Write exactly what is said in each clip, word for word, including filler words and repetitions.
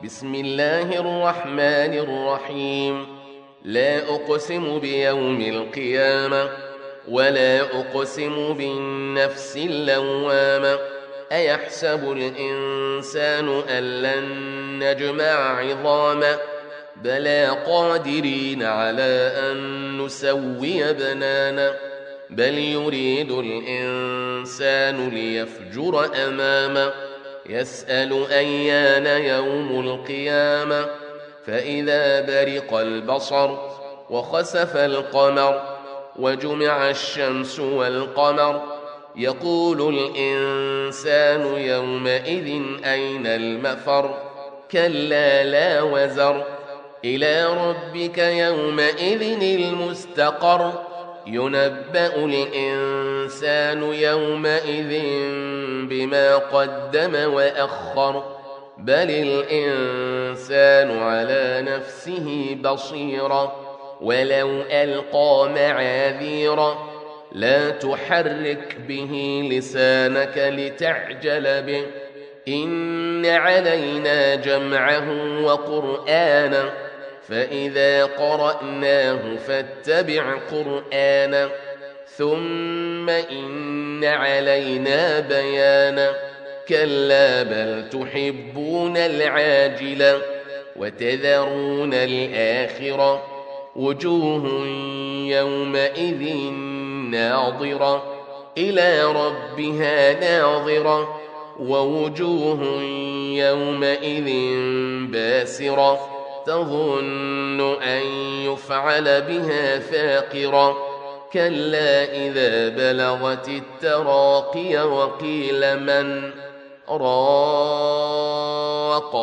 بسم الله الرحمن الرحيم. لا أقسم بيوم القيامة ولا أقسم بالنفس اللوامة. أيحسب الإنسان أن لن نجمع عظاما بلى قادرين على أن نسوي بنانا بل يريد الإنسان ليفجر أمامه يسأل أيان يوم القيامة فإذا برق البصر وخسف القمر وجمع الشمس والقمر يقول الإنسان يومئذ أين المفر كلا لا وزر إلى ربك يومئذ المستقر ينبأ الإنسان يومئذ بما قدم وأخر بل الإنسان على نفسه بصيرا ولو ألقى معاذيرا لا تحرك به لسانك لتعجل به إن علينا جمعه وقرآنا فإذا قرأناه فاتبع قرآنا ثم إن علينا بيانا كلا بل تحبون العاجلة وتذرون الآخرة وجوه يومئذ ناظرة إلى ربها ناظرة ووجوه يومئذ باسرة تظن أن يفعل بها فاقرة كلا إذا بلغت التراقي وقيل من راق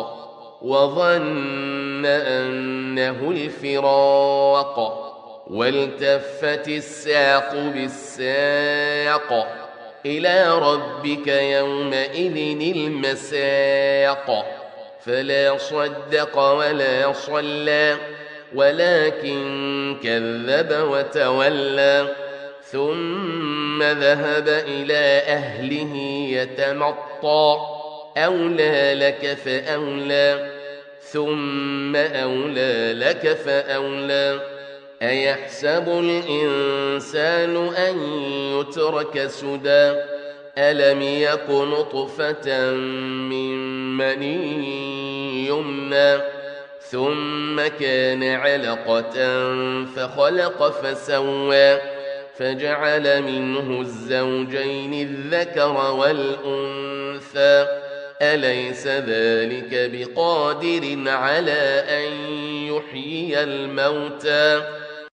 وظن أنه الفراق والتفت الساق بالساق إلى ربك يومئذ المساق فلا صدق ولا صلى ولكن كذب وتولى ثم ذهب إلى أهله يتمطى أولى لك فأولى ثم أولى لك فأولى أيحسب الإنسان أن يترك سدى ألم يك نطفة من مني يمنى ثم كان علقة فخلق فسوى فجعل منه الزوجين الذكر والأنثى أليس ذلك بقادر على أن يحيي الموتى